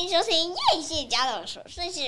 迎收听叶谢家的琐碎事。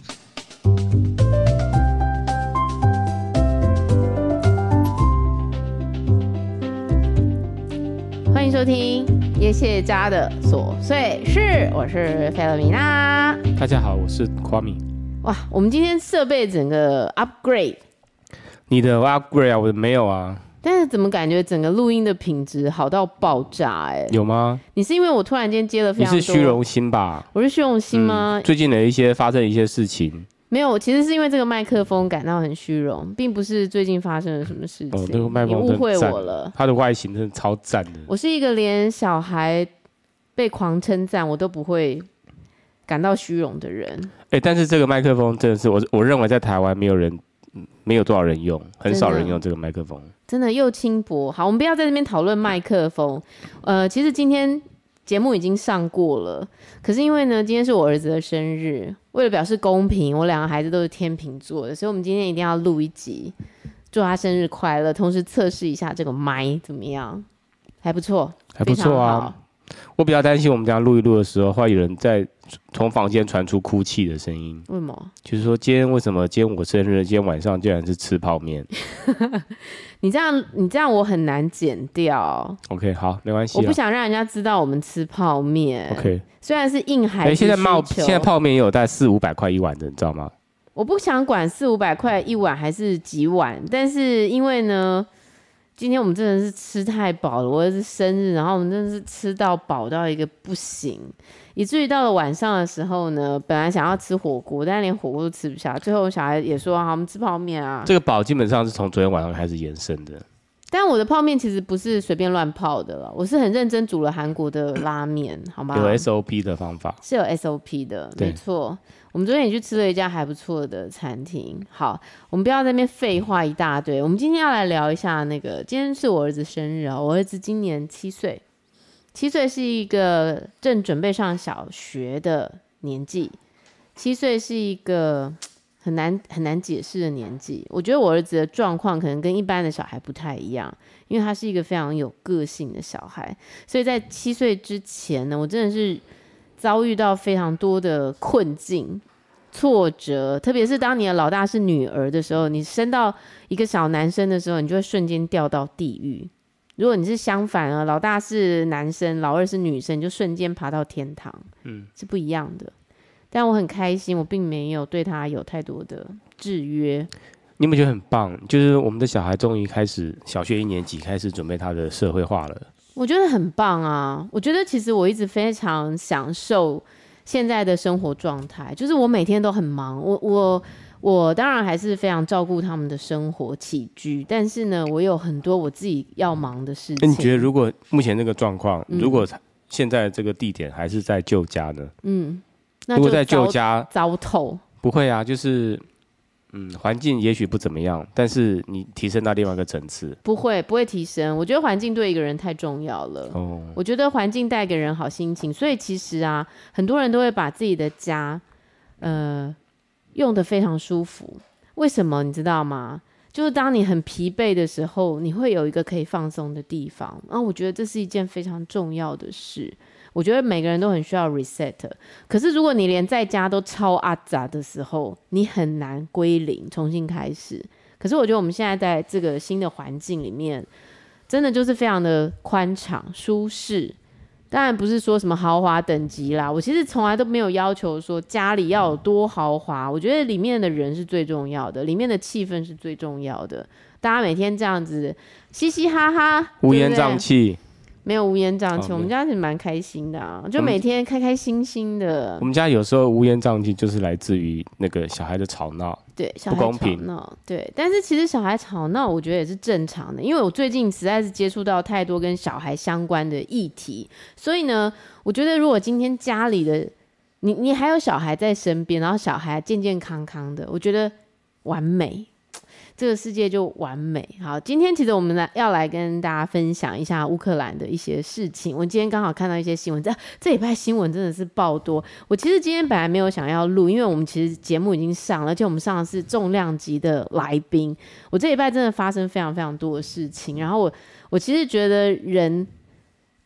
欢迎收听叶谢家的琐碎事，我是菲勒米娜。 大家好，我是夸米。 哇，我们今天设备整个 upgrade， 你的 upgrade 啊，我的没有啊。 但是怎么感觉整个录音的品质好到爆炸欸？ 有吗？ 你是因为我突然间接了非常多， 你是虚荣心吧？ 我是虚荣心吗？ 最近的发生的一些事情。 没有，其实是因为这个麦克风感到很虚荣，并不是最近发生了什么事情。 这个麦克风你误会我了。 它的外形真的超赞的。 我是一个连小孩被狂称赞我都不会感到虚荣的人。 但是这个麦克风真的是我认为在台湾没有多少人用，很少人用这个麦克风。 真的又轻薄。好，我们不要在这边讨论麦克风。其实今天节目已经上过了，可是因为呢，今天是我儿子的生日，为了表示公平，我两个孩子都是天秤座的，所以我们今天一定要录一集，祝他生日快乐，同时测试一下这个麦怎么样？还不错， 还不错啊。我比较担心我们等一下录一录的时候，会有人在从房间传出哭泣的声音。 为什么？ 就是说为什么今天我生日，今天晚上竟然是吃泡面？ 你这样我很难剪掉。 OK， 好，没关系。 我不想让人家知道我们吃泡面。 OK， 虽然是硬孩子需求。 现在泡面也有大概400-500块一碗的，你知道吗？ 我不想管400-500块一碗还是几碗，但是因为呢，今天我们真的是吃太饱了，我儿子生日，然后我们真的是吃到饱到一个不行，以至于到了晚上的时候呢，本来想要吃火锅，但连火锅都吃不下，最后小孩也说好，我们吃泡面啊。这个饱基本上是从昨天晚上开始延伸的。 但我的泡面其实不是随便乱泡的了，我是很认真煮了韩国的拉面，好吗？ 有 SOP 的方法， 是有 SOP 的，没错。我们昨天也去吃了一家还不错的餐厅。好，我们不要在那边废话一大堆。我们今天要来聊一下今天是我儿子生日啊，我儿子今年7岁，7岁是一个正准备上小学的年纪，7岁是一个很难解释的年纪。我觉得我儿子的状况可能跟一般的小孩不太一样，因为他是一个非常有个性的小孩，所以在7岁之前呢，我真的是遭遇到非常多的困境、挫折，特别是当你的老大是女儿的时候，你生到一个小男生的时候，你就会瞬间掉到地狱。如果你是相反啊，老大是男生，老二是女生，你就瞬间爬到天堂，是不一样的。但我很开心，我并没有对他有太多的制约。 你有没有觉得很棒？就是我们的小孩终于开始小学1年级开始准备他的社会化了。 我觉得很棒啊！我觉得其实我一直非常享受现在的生活状态，就是我每天都很忙，我当然还是非常照顾他们的生活起居，但是呢，我有很多我自己要忙的事情。 那你觉得如果目前这个状况，如果现在这个地点还是在旧家呢？ 那就如果在旧家糟透。 不会啊，就是环境也许不怎么样，但是你提升到另外一个层次。 不会提升。我觉得环境对一个人太重要了。我觉得环境带给人好心情，所以其实啊，很多人都会把自己的家用得非常舒服。为什么你知道吗？就是当你很疲惫的时候，你会有一个可以放松的地方。我觉得这是一件非常重要的事。我觉得每个人都很需要 reset， 可是如果你连在家都超阿杂的时候，你很难归零重新开始。可是我觉得我们现在在这个新的环境里面，真的就是非常的宽敞舒适。当然不是说什么豪华等级啦，我其实从来都没有要求说家里要有多豪华，我觉得里面的人是最重要的，里面的气氛是最重要的。大家每天这样子嘻嘻哈哈， 乌烟瘴气。 没有乌烟瘴气，我们家是蛮开心的啊，就每天开开心心的。 我们家有时候乌烟瘴气就是来自于那个小孩的吵闹， 对，小孩吵闹，对。但是其实小孩吵闹，我觉得也是正常的，因为我最近实在是接触到太多跟小孩相关的议题，所以呢，我觉得如果今天家里的你还有小孩在身边，然后小孩健健康康的，我觉得完美。这个世界就完美。好，今天其实我们要来跟大家分享一下乌克兰的一些事情。我今天刚好看到一些新闻，这礼拜新闻真的是爆多。我其实今天本来没有想要录，因为我们其实节目已经上了，而且我们上的是重量级的来宾。我这礼拜真的发生非常非常多的事情，然后我其实觉得人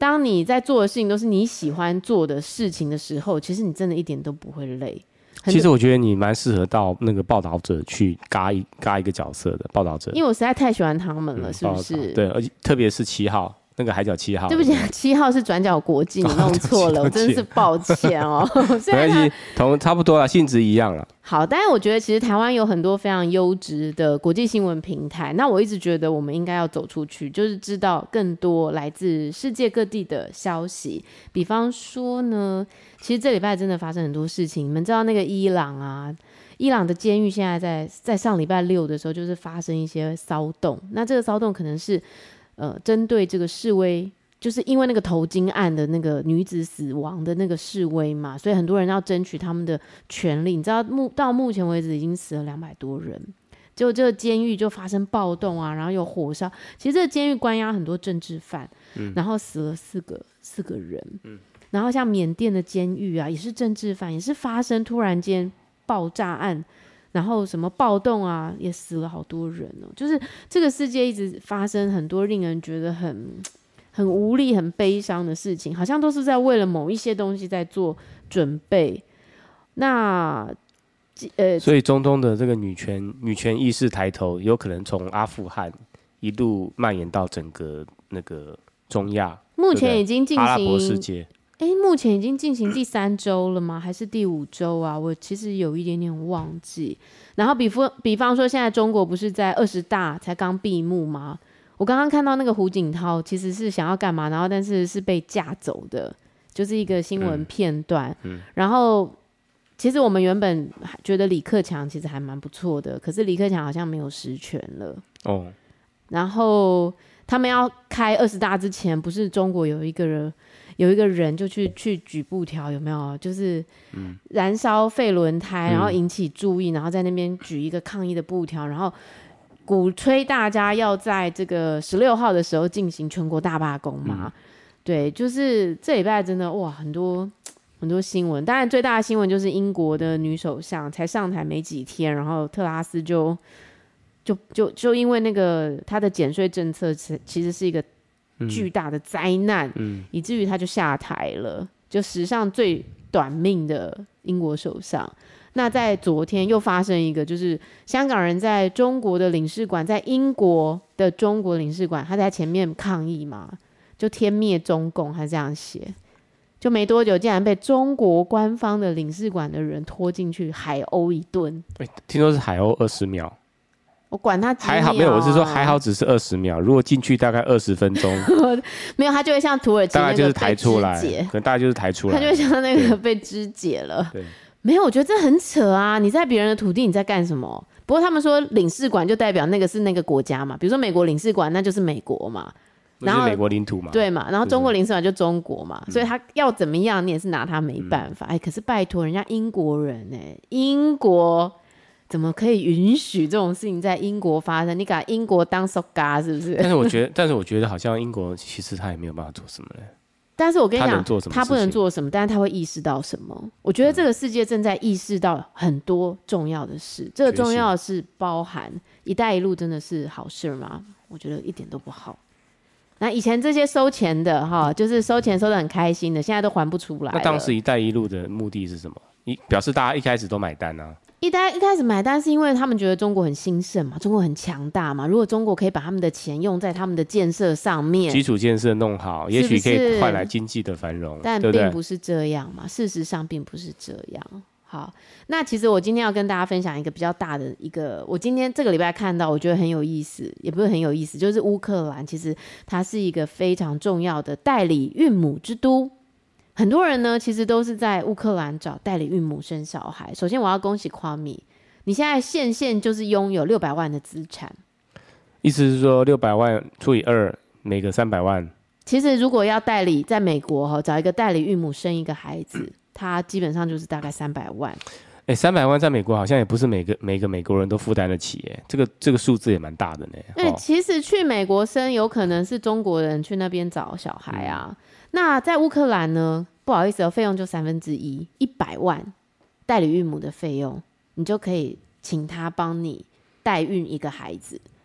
当你在做的事情都是你喜欢做的事情的时候，其实你真的一点都不会累。 其实我觉得你蛮适合到那个报道者去嘎一个角色的报道者， 因为我实在太喜欢他们了，是不是？ 对，而且特别是7号。那个海角7号， 对不起，7号是转角国际，你弄错了，我真的是抱歉哦。 没关系，差不多啦，性质一样啦。 好，但是我觉得其实台湾有很多非常优质的国际新闻平台，那我一直觉得我们应该要走出去，就是知道更多来自世界各地的消息。比方说呢，其实这礼拜真的发生很多事情，你们知道那个伊朗啊。伊朗的监狱现在在上礼拜6的时候，就是发生一些骚动。那这个骚动可能是针对这个示威，就是因为那个头巾案的那个女子死亡的那个示威嘛，所以很多人要争取他们的权利。你知道到目前为止已经死了200多人，结果这个监狱就发生暴动啊，然后有火烧。其实这个监狱关押很多政治犯，然后死了4个人。然后像缅甸的监狱啊，也是政治犯，也是发生突然间爆炸案。然后什么暴动啊，也死了好多人哦。就是这个世界一直发生很多令人觉得很无力、很悲伤的事情，好像都是在为了某一些东西在做准备。那所以中东的这个女权意识抬头，有可能从阿富汗一路蔓延到整个那个中亚， 目前已经进行阿拉伯世界。 目前已经进行第3周了吗？还是第5周啊？我其实有一点点忘记。然后比方说，现在中国不是在20大才刚闭幕吗？我刚刚看到那个胡锦涛其实是想要干嘛，然后但是是被架走的，就是一个新闻片段。然后其实我们原本觉得李克强其实还蛮不错的，可是李克强好像没有实权了。然后他们要开20大之前，不是中国有一个人就去举布条，有没有？就是燃烧废轮胎，然后引起注意，然后在那边举一个抗议的布条，然后鼓吹大家要在这个16号的时候进行全国大罢工嘛。对，就是这礼拜真的哇，很多新闻。当然最大的新闻就是英国的女首相才上台没几天，然后特拉斯就因为那个他的减税政策其实是一个巨大的灾难，以至于他就下台了，就史上最短命的英国首相。那在昨天又发生一个，就是香港人在中国的领事馆，在英国的中国领事馆，他在前面抗议嘛，就天灭中共，他这样写，就没多久竟然被中国官方的领事馆的人拖进去海殴一顿。 听说是海殴20秒。 我管他几秒、 还好没有，我是说还好只是20秒，如果进去大概20分钟， 没有他就会像土耳其那个被肢解，大概就是抬出来， 可能大概就是抬出来， 他就会像那个被肢解了。对，没有，我觉得这很扯啊！你在别人的土地你在干什么？不过他们说领事馆就代表那个是那个国家嘛，比如说美国领事馆那就是美国嘛， 然后美国领土嘛， 对嘛，然后中国领事馆就中国嘛，所以他要怎么样你也是拿他没办法。可是拜托人家英国人英国怎么可以允许这种事情在英国发生？你把英国当手嘎是不是？但是我觉得好像英国其实他也没有办法做什么嘞。 但是我跟你讲，他不能做什么，但是他会意识到什么？我觉得这个世界正在意识到很多重要的事，这个重要的是包含“一带一路”真的是好事吗？我觉得一点都不好。那以前这些收钱的哈，就是收钱收得很开心的，现在都还不出来了。 那当时“一带一路”的目的是什么？表示大家一开始都买单啊。 一开始买单是因为他们觉得中国很兴盛嘛，中国很强大嘛。如果中国可以把他们的钱用在他们的建设上面， 基础建设弄好，也许可以换来经济的繁荣， 但并不是这样嘛。事实上并不是这样。好，那其实我今天要跟大家分享一个比较大的一个，我今天这个礼拜看到，我觉得很有意思，也不是很有意思，就是乌克兰其实它是一个非常重要的代理孕母之都。很多人呢，其实都是在乌克兰找代理孕母生小孩。首先，我要恭喜夸米，你现在现就是拥有600万的资产。 意思是说600万除以2，每个300万。 其实如果要代理在美国找一个代理孕母生一个孩子，他基本上就是大概300万。 300万在美国好像也不是每个美国人都负担得起这个数字也蛮大的呢。 其实去美国生有可能是中国人去那边找小孩啊。那在乌克兰呢，不好意思费用就1/3，100万代理孕母的费用，你就可以请他帮你代孕一个孩子。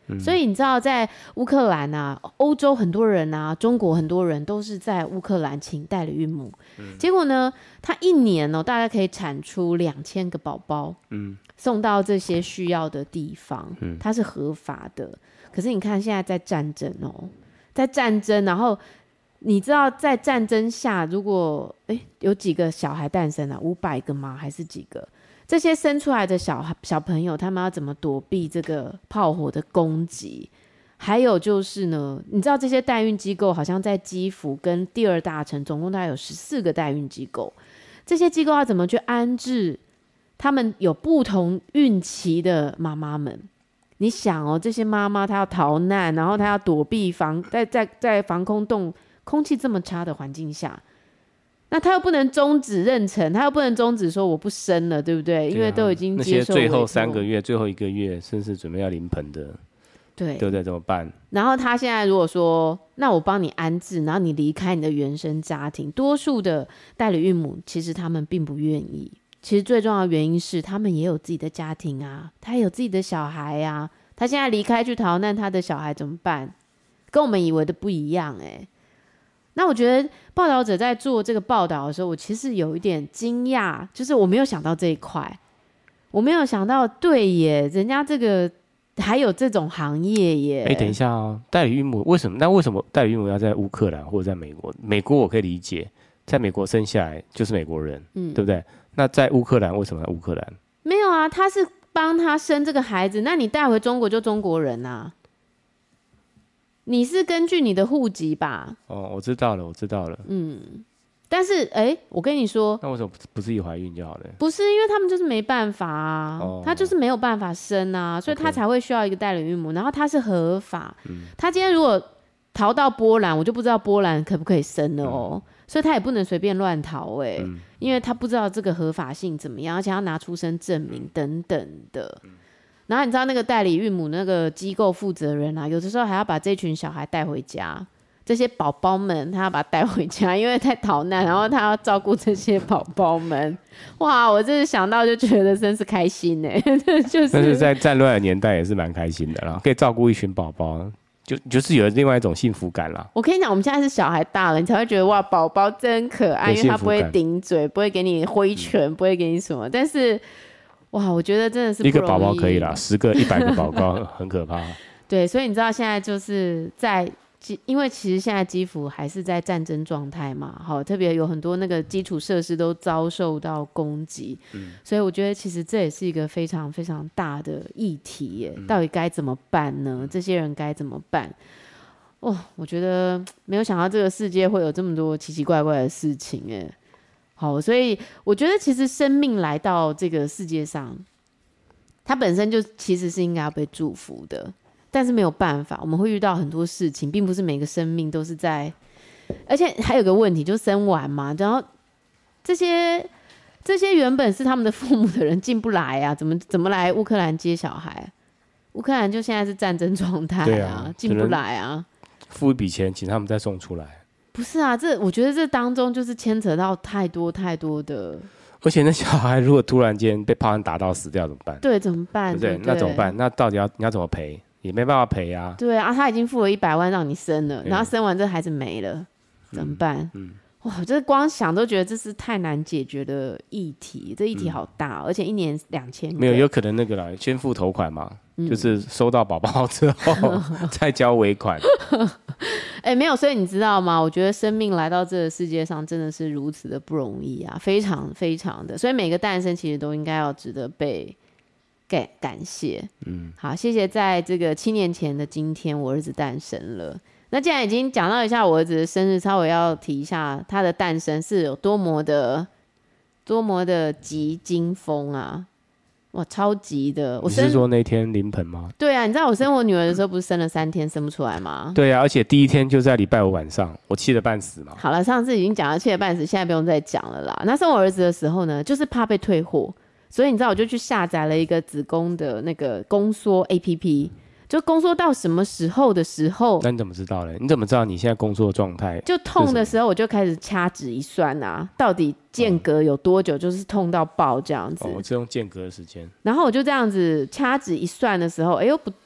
所以你知道，在乌克兰啊，欧洲很多人啊，中国很多人都是在乌克兰请代理孕母。结果呢，他一年大概可以产出2000个宝宝，送到这些需要的地方，它是合法的。可是你看，现在在战争在战争，然后你知道，在战争下，如果有几个小孩诞生啊？500个吗？还是几个？这些生出来的小朋友，他们要怎么躲避这个炮火的攻击？还有就是呢，你知道这些代孕机构好像在基辅跟第2大城，总共大概有14个代孕机构。这些机构要怎么去安置他们有不同孕期的妈妈们？你想这些妈妈她要逃难，然后她要躲避在防空气这么差的环境下。那他又不能终止妊娠，他又不能终止说我不生了，对不对？因为都已经接受那些最后3个月、最后1个月，甚至准备要临盆的，对不对？怎么办？ 然后他现在如果说，那我帮你安置，然后你离开你的原生家庭，多数的代理孕母其实他们并不愿意。其实最重要的原因是，他们也有自己的家庭啊，他也有自己的小孩啊。他现在离开去逃难，他的小孩怎么办？跟我们以为的不一样那我觉得报道者在做这个报道的时候，我其实有一点惊讶，就是我没有想到这一块，我没有想到，对耶，人家这个还有这种行业耶。 等一下代理孕母为什么代理孕母要在乌克兰或者在美国？美国我可以理解，在美国生下来就是美国人，对不对？那在乌克兰为什么要乌克兰？ 没有啊，他是帮他生这个孩子，那你带回中国就中国人啊。你是根据你的户籍吧？ 我知道了。 但是我跟你说， 那为什么不自己怀孕就好了？ 不是，因为他们就是没办法啊，他就是没有办法生啊，所以他才会需要一个代理孕母。然后他是合法，他今天如果逃到波兰，我就不知道波兰可不可以生了所以他也不能随便乱逃因为他不知道这个合法性怎么样，而且要拿出生证明等等的。然后你知道那个代理孕母那个机构负责人啊，有的时候还要把这群小孩带回家，这些宝宝们他要把他带回家，因为在逃难，然后他要照顾这些宝宝们。哇，我真是想到就觉得真是开心但是在战乱的年代也是蛮开心的啦，可以照顾一群宝宝，就是有另外一种幸福感啦。 我跟你讲，我们现在是小孩大了，你才会觉得哇，宝宝真可爱，因为他不会顶嘴，不会给你挥拳，不会给你什么，但是。哇，我觉得真的是不容易。 一个宝宝可以啦，10个、100个宝宝很可怕。 对，所以你知道现在就是因为其实现在基辅还是在战争状态嘛，特别有很多那个基础设施都遭受到攻击，所以我觉得其实这也是一个非常非常大的议题耶，到底该怎么办呢？这些人该怎么办？我觉得没有想到这个世界会有这么多奇奇怪怪的事情耶。好，所以我觉得其实生命来到这个世界上，它本身就其实是应该要被祝福的，但是没有办法，我们会遇到很多事情，并不是每个生命都是在，而且还有个问题，就生完嘛，然后这些原本是他们的父母的人进不来啊，怎么来乌克兰接小孩？乌克兰就现在是战争状态进不来啊， 付一笔钱请他们再送出来。 不是啊，我觉得这当中就是牵扯到太多的， 而且那小孩如果突然间被炮弹打到死掉怎么办？ 对，怎么办？ 对不对？那怎么办？那到底你要怎么赔？也没办法赔啊。 对啊，他已经付了100万让你生了，然后生完这孩子没了，怎么办？哇，这光想都觉得这是太难解决的议题，这议题好大，而且1年2000个。 没有可能那个啦，先付头款嘛，就是收到宝宝之后再交尾款。 没有，所以你知道吗？我觉得生命来到这个世界上真的是如此的不容易啊，非常非常的，所以每个诞生其实都应该要值得被感谢。好，谢谢在这个7年前的今天，我儿子诞生了。那既然已经讲到一下我儿子的生日，稍微要提一下他的诞生是有多么的急惊风啊！哇，超级的！ 你是说那天临盆吗？ 对啊，你知道我生我女儿的时候，不是生了3天生不出来吗？ 对啊，而且第一天就在礼拜5晚上，我气得半死嘛。 好了，上次已经讲到气得半死，现在不用再讲了啦。那生我儿子的时候呢，就是怕被退货，所以你知道我就去下载了一个子宫的那个宫缩 APP。就宫缩到什么时候的时候， 那你怎么知道呢？你怎么知道你现在宫缩的状态？ 就痛的时候，我就开始掐指一算啊，到底间隔有多久，就是痛到爆这样子。 我是用间隔的时间。 然后我就这样子掐指一算的时候，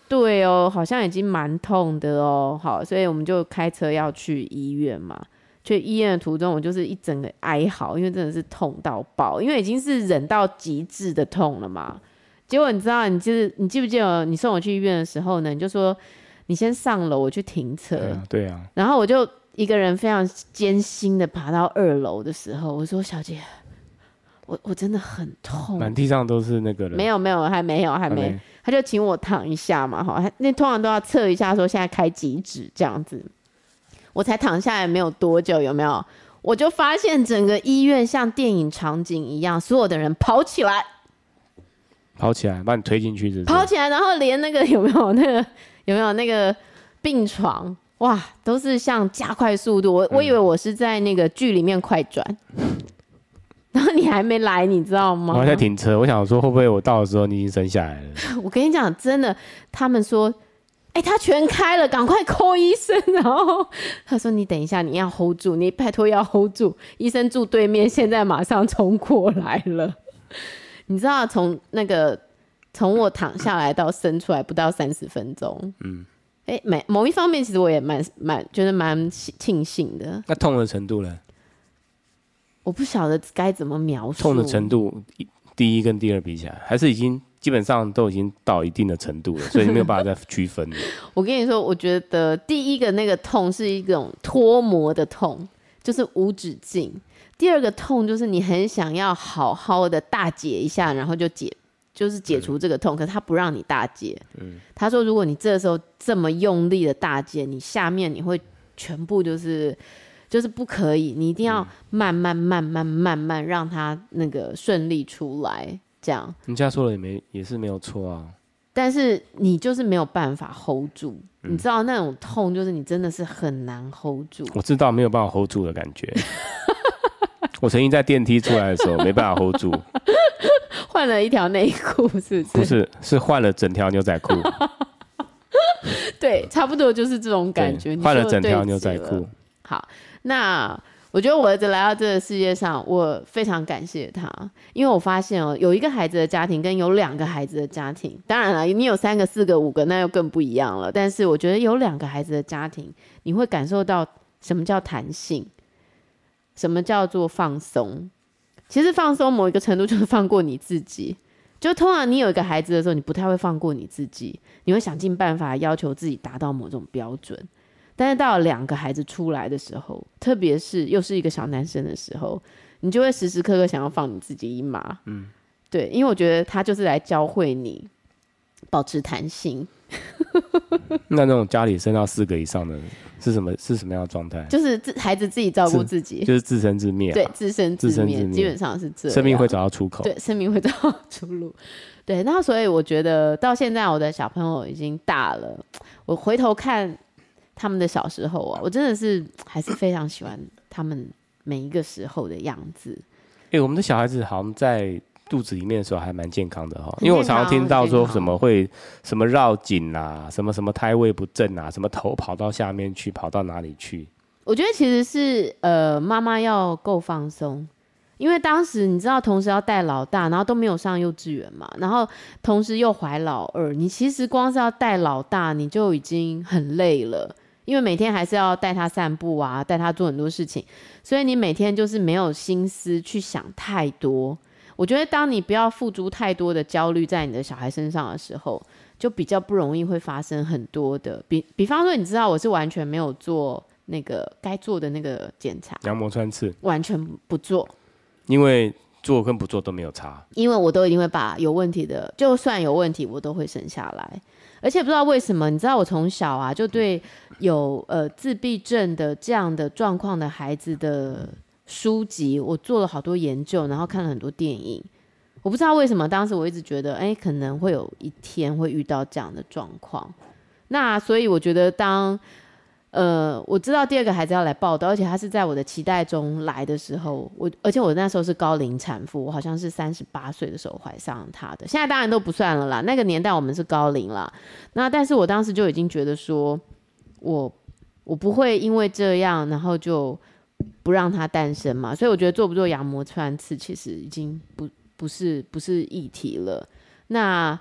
对哦，好像已经蛮痛的哦。好，所以我们就开车要去医院嘛。去医院的途中，我就是一整个哀嚎，因为真的是痛到爆，因为已经是忍到极致的痛了嘛。结果你知道，你记不记得你送我去医院的时候呢？你就说你先上楼，我去停车。 对啊。 然后我就一个人非常艰辛的爬到2楼的时候，我说小姐，我真的很痛， 满地上都是那个人。 没有，还没。他就请我躺一下嘛，那通常都要测一下说现在开几指这样子。我才躺下来没有多久，有没有？我就发现整个医院像电影场景一样，所有的人跑起来， 把你推进去， 跑起来，然后连那个有没有那个病床，哇，都是像加快速度。我以为我是在那个剧里面快转，然后你还没来，你知道吗？ 我在停车，我想说会不会我到的时候你已经生下来了？ 我跟你讲，真的，他们说。他全开了，赶快 call 医生。然后他说：“你等一下，你要 hold 住，你拜托要 hold 住。”医生住对面，现在马上冲过来了。你知道，从我躺下来到生出来不到30分钟。某一方面，其实我也觉得蛮庆幸的。 那痛的程度呢？ 我不晓得该怎么描述。 痛的程度，第一跟第二比起来，还是已经。基本上都已经到一定的程度了，所以没有办法再区分了。 我跟你说，我觉得第一个那个痛是一种脱模的痛，就是无止境；第二个痛就是你很想要好好的大解一下，然后就是解除这个痛，可是他不让你大解。他说，如果你这时候这么用力的大解，你下面你会全部就是不可以，你一定要慢慢让它那个顺利出来。这样， 人家说了也是没有错啊， 但是你就是没有办法 hold 住，你知道那种痛就是你真的是很难 hold 住。 我知道没有办法 hold 住的感觉。我曾经在电梯出来的时候没办法 hold 住， 换了一条内裤是不是？ 不是换了整条牛仔裤。 对，差不多就是这种感觉。 换了整条牛仔裤。 好，那。我觉得我儿子来到这个世界上，我非常感谢他，因为我发现有一个孩子的家庭跟有2个孩子的家庭，当然了，你有3个、4个、5个，那又更不一样了。但是我觉得有2个孩子的家庭，你会感受到什么叫弹性，什么叫做放松。其实放松某一个程度就是放过你自己。就通常你有一个孩子的时候，你不太会放过你自己，你会想尽办法要求自己达到某种标准。但是到了2个孩子出来的时候，特别是又是一个小男生的时候，你就会时时刻刻想要放你自己一马。对，因为我觉得他就是来教会你保持弹性。 那种家里生到4个以上的是什么样的状态？ 就是孩子自己照顾自己， 就是自生自灭。 对，自生自灭，基本上是这样。 生命会找到出口。 对，生命会找到出路。对，那所以我觉得到现在我的小朋友已经大了，我回头看他们的小时候啊，我真的是还是非常喜欢他们每一个时候的样子。 我们的小孩子好像在肚子里面的时候还蛮健康的哈，因为我常常听到说什么绕颈啊，什么胎位不正啊，什么头跑到下面去，跑到哪里去？ 我觉得其实是妈妈要够放松，因为当时你知道同时要带老大，然后都没有上幼稚园嘛，然后同时又怀老二，你其实光是要带老大你就已经很累了。因为每天还是要带他散步啊，带他做很多事情，所以你每天就是没有心思去想太多。我觉得当你不要付诸太多的焦虑在你的小孩身上的时候，就比较不容易会发生很多的比方说，你知道我是完全没有做那个该做的那个检查， 羊膜穿刺完全不做， 因为做跟不做都没有差， 因为我都一定会把有问题的，就算有问题我都会生下来。而且不知道为什么，你知道我从小啊就对有自闭症的这样的状况的孩子的书籍，我做了好多研究，然后看了很多电影。我不知道为什么，当时我一直觉得，可能会有一天会遇到这样的状况。那所以我觉得我知道第2个孩子要来报道，而且他是在我的期待中来的时候，而且我那时候是高龄产妇，我好像是38岁的时候怀上他的，现在当然都不算了啦，那个年代我们是高龄啦。那但是我当时就已经觉得说，我不会因为这样，然后就不让他诞生嘛，所以我觉得做不做羊膜穿刺其实已经不是议题了。那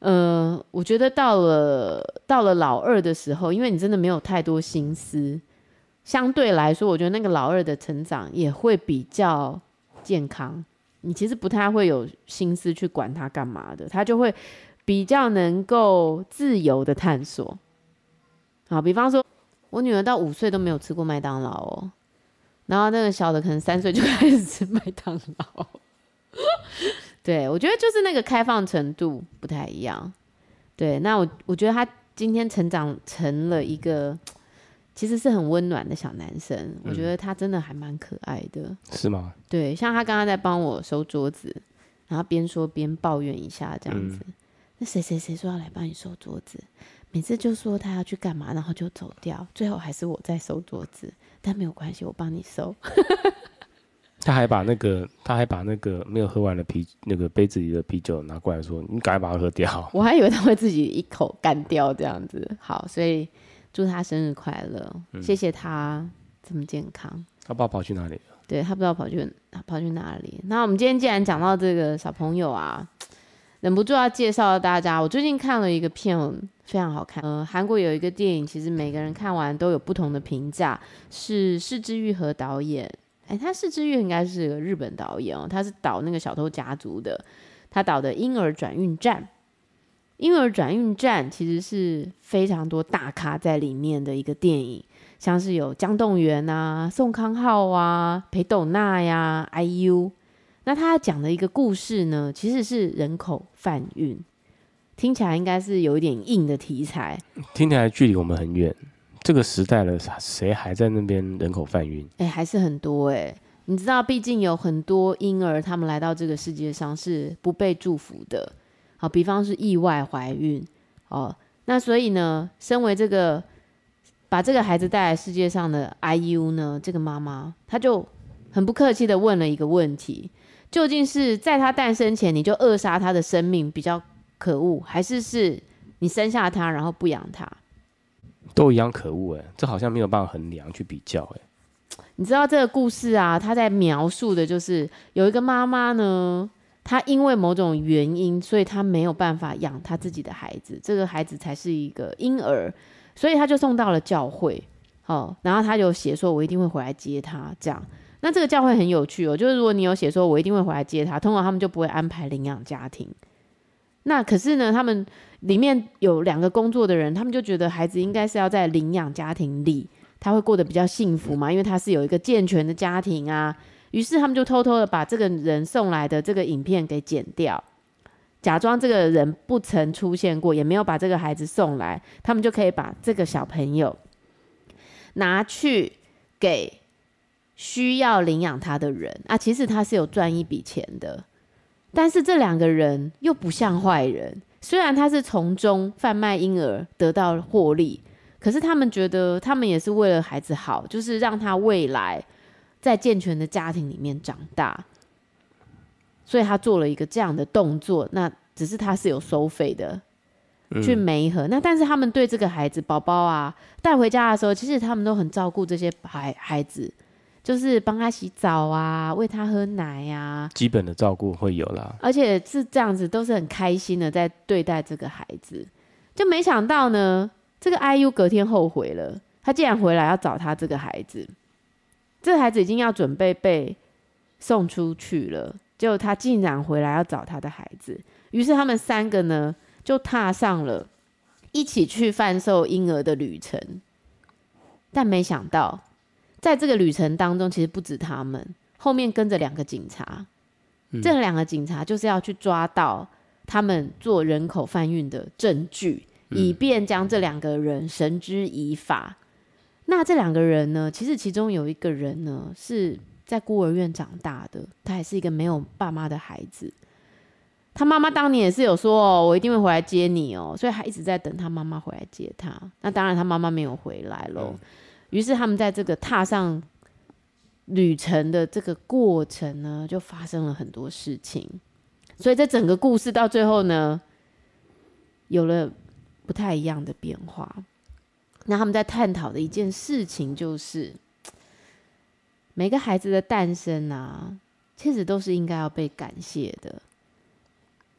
我觉得到了老二的时候，因为你真的没有太多心思，相对来说，我觉得那个老二的成长也会比较健康。你其实不太会有心思去管他干嘛的，他就会比较能够自由的探索。好，比方说，我女儿到5岁都没有吃过麦当劳哦，然后那个小的可能3岁就开始吃麦当劳。对，我觉得就是那个开放程度不太一样。对，那我觉得他今天成长成了一个其实是很温暖的小男生，我觉得他真的还蛮可爱的。 是吗？ 对，像他刚刚在帮我收桌子，然后边说边抱怨一下这样子。那谁谁谁说要来帮你收桌子，每次就说他要去干嘛，然后就走掉，最后还是我在收桌子，但没有关系，我帮你收。 他还把那个没有喝完的那个杯子里的啤酒拿过来说：“你赶快把它喝掉。” 我还以为他会自己一口干掉这样子。好，所以祝他生日快乐，谢谢他这么健康。 他不知道跑去哪里了？ 对，他不知道跑去哪里。那我们今天既然讲到这个小朋友啊，忍不住要介绍大家。我最近看了一个片，非常好看。韩国有一个电影，其实每个人看完都有不同的评价，是是枝裕和导演。他是枝裕和应该是个日本导演哦，他是导那个小偷家族的，他导的婴儿转运站。婴儿转运站其实是非常多大咖在里面的一个电影，像是有姜栋元啊、宋康昊啊、裴斗娜呀、IU。那他讲的一个故事呢，其实是人口贩运，听起来应该是有一点硬的题材， 听起来距离我们很远。这个时代了，谁还在那边人口贩运？ 还是很多你知道，毕竟有很多婴儿他们来到这个世界上是不被祝福的。好，比方是意外怀孕那所以呢，身为这个把这个孩子带来世界上的 IU 呢，这个妈妈她就很不客气的问了一个问题：究竟是在他诞生前你就扼杀他的生命比较可恶，还是你生下他然后不养他？ 都一样可恶这好像没有办法衡量去比较你知道这个故事啊，他在描述的就是有一个妈妈呢，她因为某种原因，所以她没有办法养她自己的孩子，这个孩子才是一个婴儿，所以她就送到了教会然后她就写说我一定会回来接他这样。那这个教会很有趣就是如果你有写说我一定会回来接他，通常他们就不会安排领养家庭。那可是呢，他们里面有2个工作的人，他们就觉得孩子应该是要在领养家庭里，他会过得比较幸福嘛，因为他是有一个健全的家庭啊。于是他们就偷偷的把这个人送来的这个影片给剪掉，假装这个人不曾出现过，也没有把这个孩子送来，他们就可以把这个小朋友拿去给需要领养他的人啊。其实他是有赚一笔钱的。但是这2个人又不像坏人，虽然他是从中贩卖婴儿得到获利，可是他们觉得他们也是为了孩子好，就是让他未来在健全的家庭里面长大，所以他做了一个这样的动作。那只是他是有收费的去媒合。那但是他们对这个孩子宝宝啊带回家的时候，其实他们都很照顾这些孩子，就是帮他洗澡啊，喂他喝奶啊， 基本的照顾会有啦， 而且是这样子，都是很开心的在对待这个孩子。就没想到呢，这个 IU 隔天后悔了，他竟然回来要找他这个孩子。这个孩子已经要准备被送出去了，结果他竟然回来要找他的孩子。于是他们3个呢，就踏上了一起去贩售婴儿的旅程。但没想到在这个旅程当中，其实不止他们，后面跟着2个警察。这2个警察就是要去抓到他们做人口贩运的证据，以便将这2个人绳之以法。那这2个人呢，其实其中有一个人呢是在孤儿院长大的，他也是一个没有爸妈的孩子。他妈妈当年也是有说我一定会回来接你所以他一直在等他妈妈回来接他。那当然他妈妈没有回来咯。于是他们在这个踏上旅程的这个过程呢，就发生了很多事情。所以这整个故事到最后呢，有了不太一样的变化。那他们在探讨的一件事情就是，每个孩子的诞生啊，其实都是应该要被感谢的。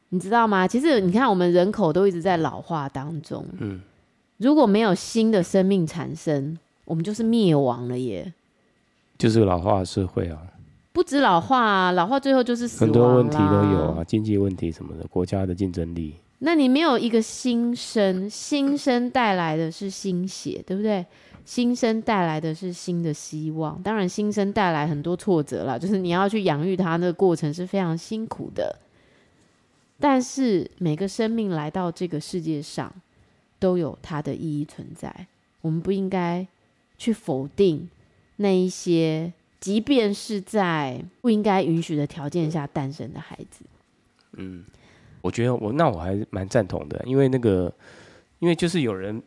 你知道吗？其实你看，我们人口都一直在老化当中。如果没有新的生命产生，我们就是灭亡了耶。 就是个老化的社会啊。 不止老化啊，老化最后就是死亡啦。 很多问题都有啊，经济问题什么的，国家的竞争力。 那你没有一个新生，新生带来的是新血，对不对？新生带来的是新的希望，当然新生带来很多挫折啦，就是你要去养育它，那个过程是非常辛苦的。但是每个生命来到这个世界上，都有它的意义存在。我们不应该去否定那一些，即便是在不应该允许的条件下诞生的孩子。 我觉得我还蛮赞同的，因为就是有人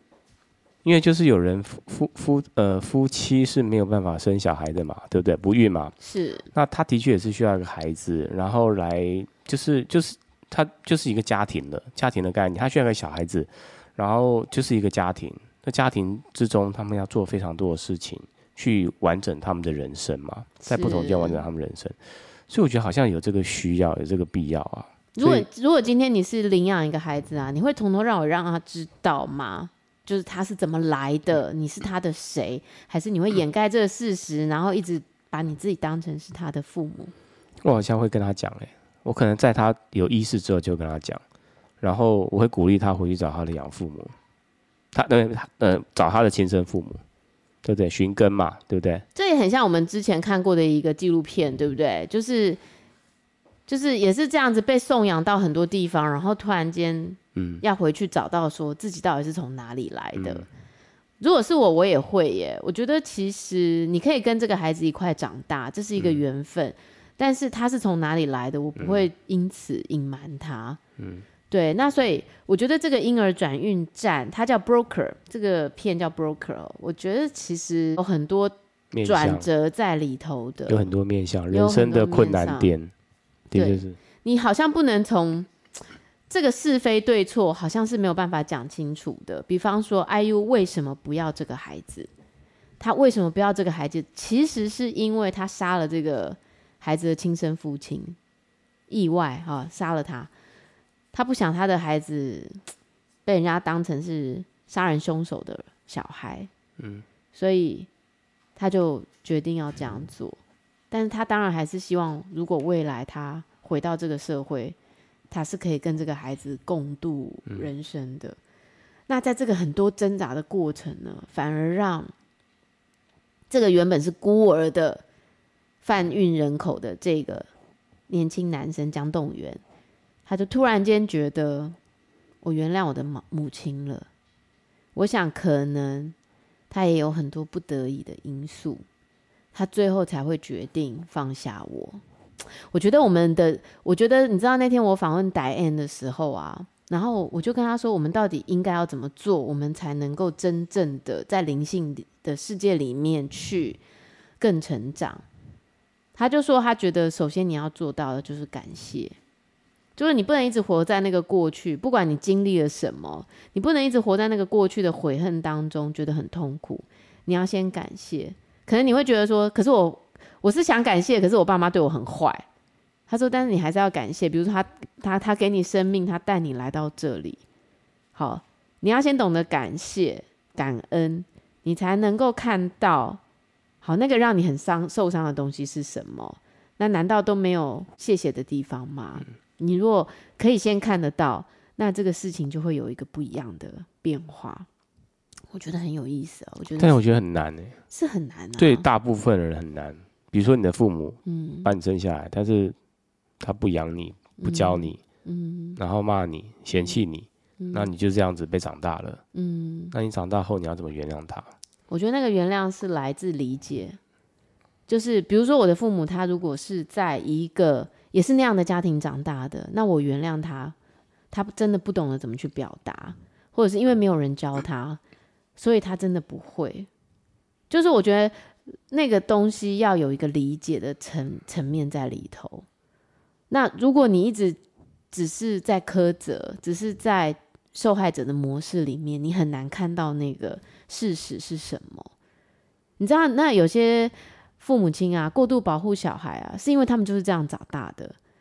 夫妻是没有办法生小孩的嘛，对不对？不孕嘛， 是。 那他的确也是需要一个孩子，然后来他就是一个家庭的概念，他需要一个小孩子，然后就是一个家庭。那家庭之中，他们要做非常多的事情，去完整他们的人生嘛，在不同阶段完整他们人生。所以我觉得好像有这个需要，有这个必要啊。 如果今天你是领养一个孩子啊，你会从头让他知道吗？就是他是怎么来的，你是他的谁，还是你会掩盖这个事实，然后一直把你自己当成是他的父母？ 我好像会跟他讲我可能在他有意识之后就跟他讲，然后我会鼓励他回去找他的养父母，找他的亲生父母，对不对？寻根嘛，对不对？ 这也很像我们之前看过的一个纪录片，对不对？就是也是这样子被送养到很多地方，然后突然间要回去找到说自己到底是从哪里来的。如果是我也会耶。我觉得其实你可以跟这个孩子一块长大，这是一个缘分，但是他是从哪里来的，我不会因此隐瞒他。对，那所以我觉得这个婴儿转运站，它叫 Broker， 这个片叫 Broker， 我觉得其实有很多转折在里头的， 有很多面向，人生的困难点。 对，你好像不能从这个是非对错，好像是没有办法讲清楚的。比方说 IU 为什么不要这个孩子，他为什么不要这个孩子，其实是因为他杀了这个孩子的亲生父亲，意外杀了他，他不想他的孩子被人家当成是杀人凶手的小孩，所以他就决定要这样做。但是他当然还是希望，如果未来他回到这个社会，他是可以跟这个孩子共度人生的。那在这个很多挣扎的过程呢，反而让这个原本是孤儿的贩运人口的这个年轻男生江栋元，他就突然间觉得，我原谅我的母亲了。我想可能他也有很多不得已的因素，他最后才会决定放下我。我觉得你知道那天我访问 Diane 的时候啊，然后我就跟他说，我们到底应该要怎么做，我们才能够真正的在灵性的世界里面去更成长。他就说他觉得首先你要做到的就是感谢，就是你不能一直活在那个过去，不管你经历了什么，你不能一直活在那个过去的悔恨当中觉得很痛苦，你要先感谢。可能你会觉得说，可是我是想感谢，可是我爸妈对我很坏。他说，但是你还是要感谢，比如说他给你生命，他带你来到这里。好，你要先懂得感谢、感恩，你才能够看到，好，那个让你很受伤的东西是什么？那难道都没有谢谢的地方吗？你如果可以先看得到，那这个事情就会有一个不一样的变化。我觉得很有意思啊， 但是我觉得很难是很难对大部分人很难。比如说你的父母，把你生下来，但是他不养你，不教你，然后骂你，嫌弃你，那你就这样子被长大了，那你长大后你要怎么原谅他？ 我觉得那个原谅是来自理解，就是比如说我的父母，他如果是在一个也是那样的家庭长大的，那我原谅他，他真的不懂得怎么去表达，或者是因为没有人教他，所以他真的不会。就是我觉得那个东西要有一个理解的层面在里头。那如果你一直只是在苛责，只是在受害者的模式里面，你很难看到那个事实是什么。你知道，那有些父母亲啊，过度保护小孩啊，是因为他们就是这样长大的。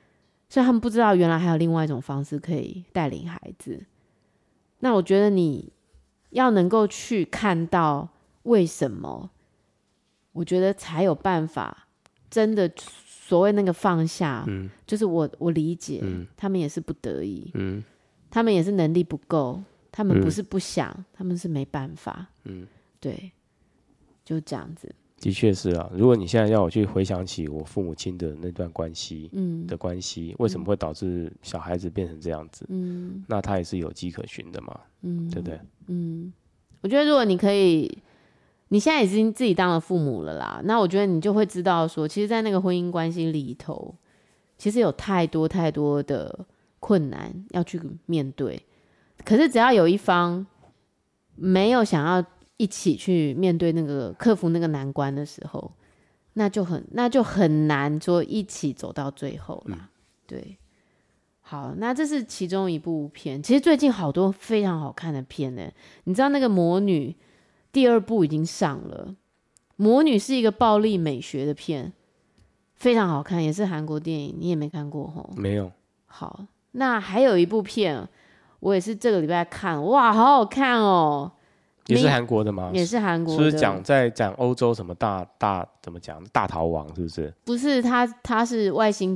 所以他们不知道原来还有另外一种方式可以带领孩子。那我觉得你要能够去看到为什么，我觉得才有办法真的所谓那个放下，就是我理解，他们也是不得已，他们也是能力不够，他们不是不想，他们是没办法，对，就这样子。 的确是啊，如果你现在要我去回想起我父母亲的那段关系，为什么会导致小孩子变成这样子？那他也是有迹可循的嘛，对不对？ 我觉得如果你可以，你现在已经自己当了父母了啦，那我觉得你就会知道说，其实，在那个婚姻关系里头，其实有太多太多的困难要去面对。可是只要有一方没有想要一起去面对那个克服那个难关的时候，那就很难说一起走到最后啦。对，好，那这是其中一部片。其实最近好多非常好看的片呢。你知道那个《魔女》第2部已经上了，《魔女》是一个暴力美学的片，非常好看，也是韩国电影，你也没看过吼？ 没有。 好，那还有一部片，我也是这个礼拜看，哇，好好看哦。 也是韩国的吗？ 也是韩国的， 是不是在讲欧洲什么怎么讲大逃亡是不是？ 不是，他是外星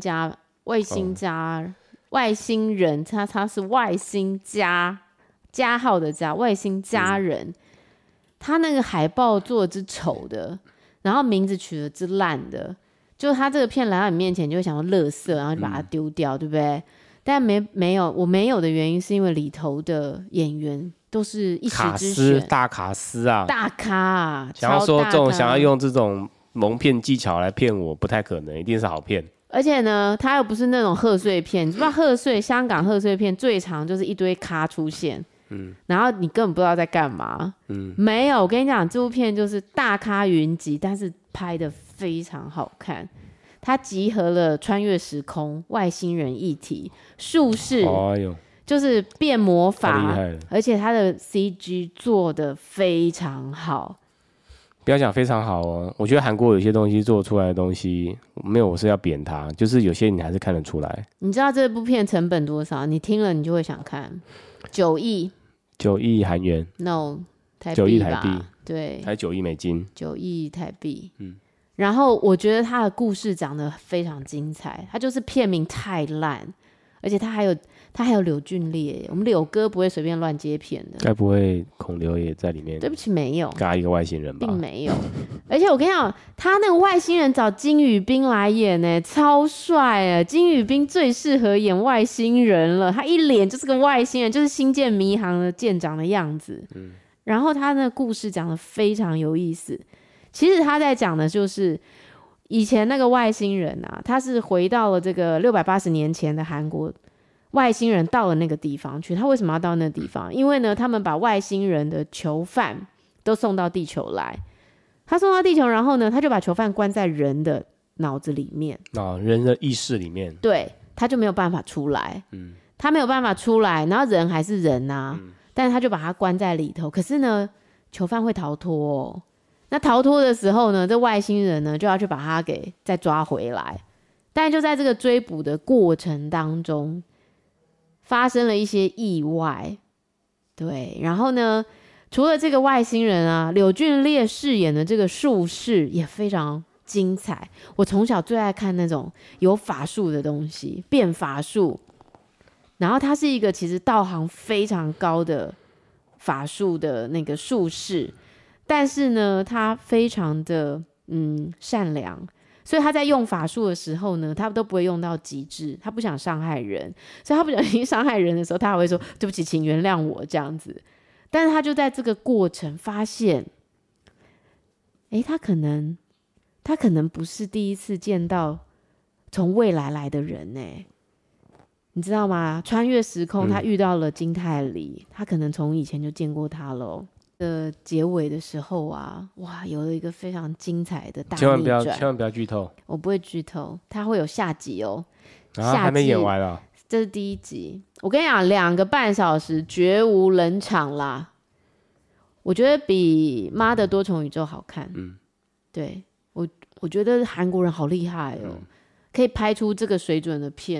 人，他是外星加号的加外星家人，他那个海报做的之丑的，然后名字取的之烂的，就他这个片来到你面前，你就会想到垃圾，然后就把它丢掉，对不对？但没有，我没有的原因是因为里头的演员都是一时之选， 大卡司啊， 大咖啊， 想要说这种想要用这种蒙骗技巧来骗我，不太可能，一定是好骗。 而且呢，他又不是那种贺岁片，你知道香港贺岁片最常就是一堆咖出现，然后你根本不知道在干嘛，没有，我跟你讲，这部片就是大咖云集，但是拍的非常好看。它集合了穿越时空、外星人议题、术士，就是变魔法，而且它的 CG 做的非常好。 不要讲非常好哦，我觉得韩国有些东西做出来的东西，没有我是要贬它，就是有些你还是看得出来。你知道这部片成本多少？你听了你就会想看，9亿韩元 ，No， 台币吧 ，9亿台币， 对， 才9亿美金 ，9亿台币，然后我觉得他的故事讲得非常精彩，他就是片名太烂，而且他还有柳俊烈，我们柳哥不会随便乱接片的。 该不会孔刘也在里面？ 对不起，没有， 嘎一个外星人吧？ 并没有。而且我跟你讲，他那个外星人找金宇彬来演呢，超帅啊！金宇彬最适合演外星人了，他一脸就是个外星人，就是星舰迷航的舰长的样子。然后他那个故事讲得非常有意思。其实他在讲的就是以前那个外星人啊，他是回到了这个680年前的韩国，外星人到了那个地方去。他为什么要到那个地方？因为呢，他们把外星人的囚犯都送到地球来。他送到地球，然后呢，他就把囚犯关在人的脑子里面， 人的意识里面。 对，他就没有办法出来。他没有办法出来，然后人还是人啊，但是他就把他关在里头。可是呢，囚犯会逃脱哦。那逃脱的时候呢，这外星人呢就要去把他给再抓回来，但就在这个追捕的过程当中，发生了一些意外，对，然后呢，除了这个外星人啊，柳俊烈饰演的这个术士也非常精彩。我从小最爱看那种有法术的东西，变法术，然后他是一个其实道行非常高的法术的那个术士。但是呢，他非常的善良，所以他在用法术的时候呢，他都不会用到极致，他不想伤害人，所以他不小心伤害人的时候，他还会说对不起，请原谅我这样子。但是他就在这个过程发现，他可能不是第一次见到从未来来的人你知道吗？穿越时空，他遇到了金泰梨，他可能从以前就见过他了。的结尾的时候啊，哇，有了一个非常精彩的大逆转， 千万不要剧透， 我不会剧透，它会有下集哦。 还没演完啊， 这是第1集。我跟你讲，2个半小时绝无冷场啦。我觉得比《妈的多重宇宙》好看。对，我觉得韩国人好厉害哦，可以拍出这个水准的片，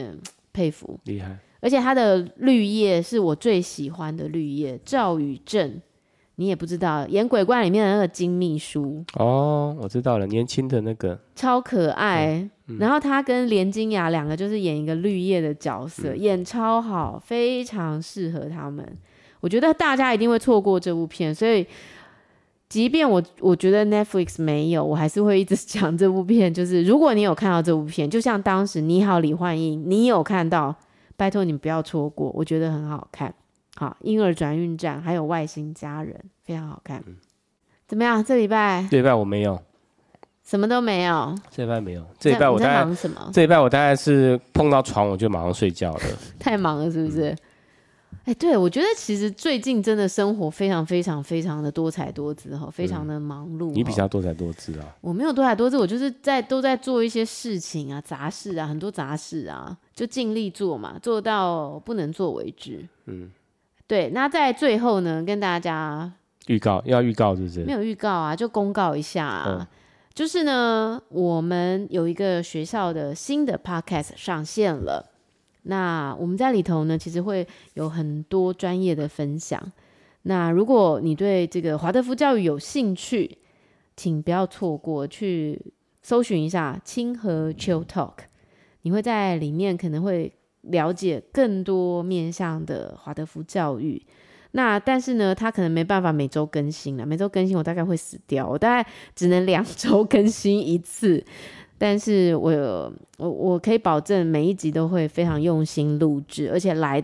佩服， 厉害。 而且他的绿叶是我最喜欢的绿叶，赵宇正，你也不知道，演鬼怪里面的那个金秘书哦，我知道了，年轻的那个超可爱。然后他跟连金雅两个就是演一个绿叶的角色，演超好，非常适合他们。我觉得大家一定会错过这部片，所以即便我觉得 Netflix 没有，我还是会一直讲这部片。就是如果你有看到这部片，就像当时你好李焕英，你有看到，拜托你不要错过，我觉得很好看。好，婴儿转运站还有外星家人非常好看。怎么样？这礼拜我没有， 什么都没有。 这礼拜没有，这礼拜我你在忙什么？ 这礼拜我大概是碰到床我就马上睡觉了。 太忙了是不是？对，我觉得其实最近真的生活非常非常非常的多彩多姿非常的忙碌。 你比较多彩多姿啊？ 我没有多彩多姿，我就是都在做一些事情啊，杂事啊，很多杂事啊，就尽力做嘛，做到不能做为止。对。那在最后呢，跟大家要预告是不是？ 没有预告啊，就公告一下啊。就是呢，我们有一个学校的新的 podcast 上线了。那我们在里头呢，其实会有很多专业的分享。那如果你对这个华德福教育有兴趣，请不要错过去搜寻一下清河 Chill Talk， 你会在里面可能会了解更多面向的华德福教育。那但是呢，它可能没办法每周更新了，每周更新我大概会死掉，我大概只能2周更新一次。但是我可以保证每一集都会非常用心录制，而且来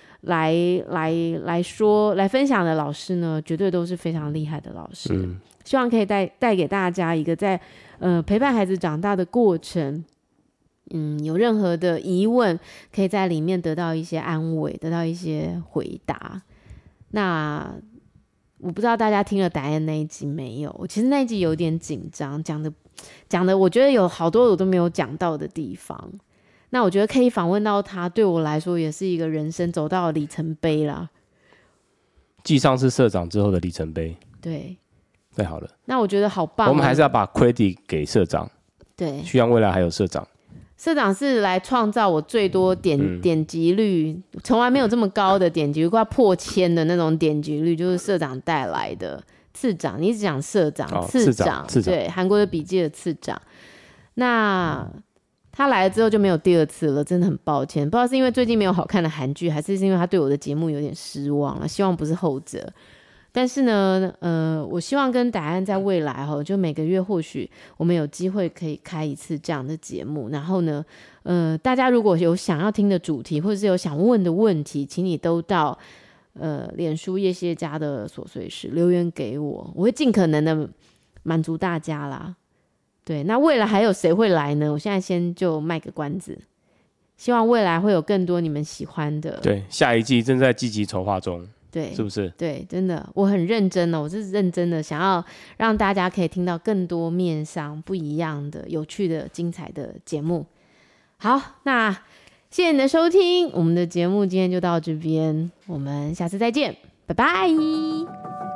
分享的老师呢，绝对都是非常厉害的老师。希望可以带给大家一个在陪伴孩子长大的过程，有任何的疑问，可以在里面得到一些安慰，得到一些回答。那我不知道大家听了答案那一集没有？我其实那一集有点紧张，讲的我觉得有好多我都没有讲到的地方。那我觉得可以访问到他，对我来说也是一个人生走到的里程碑啦。 继上次社长之后的里程碑。 对， 太好了。 那我觉得好棒。 我们还是要把 credit 给社长。 对， 希望未来还有社长。 社长是来创造我最多点击率，从来没有这么高的点击率，快破1000的那种点击率，就是社长带来的。次长，你一直讲社长，次长，对，韩国的笔记的次长。那他来了之后就没有第二次了，真的很抱歉。不知道是因为最近没有好看的韩剧，还是因为他对我的节目有点失望了。希望不是后者。但是呢，我希望跟答案在未来就每个月或许我们有机会可以开一次这样的节目。然后呢，大家如果有想要听的主题，或者是有想问的问题，请你都到脸书叶谢家的琐碎事留言给我，我会尽可能的满足大家啦。对，那未来还有谁会来呢？我现在先就卖个关子，希望未来会有更多你们喜欢的。 对，下一季正在积极筹划中。 对， 是不是？ 对，真的，我很认真我是认真的，想要让大家可以听到更多面上不一样的、有趣的、精彩的节目。好，那谢谢你的收听，我们的节目今天就到这边，我们下次再见，拜拜。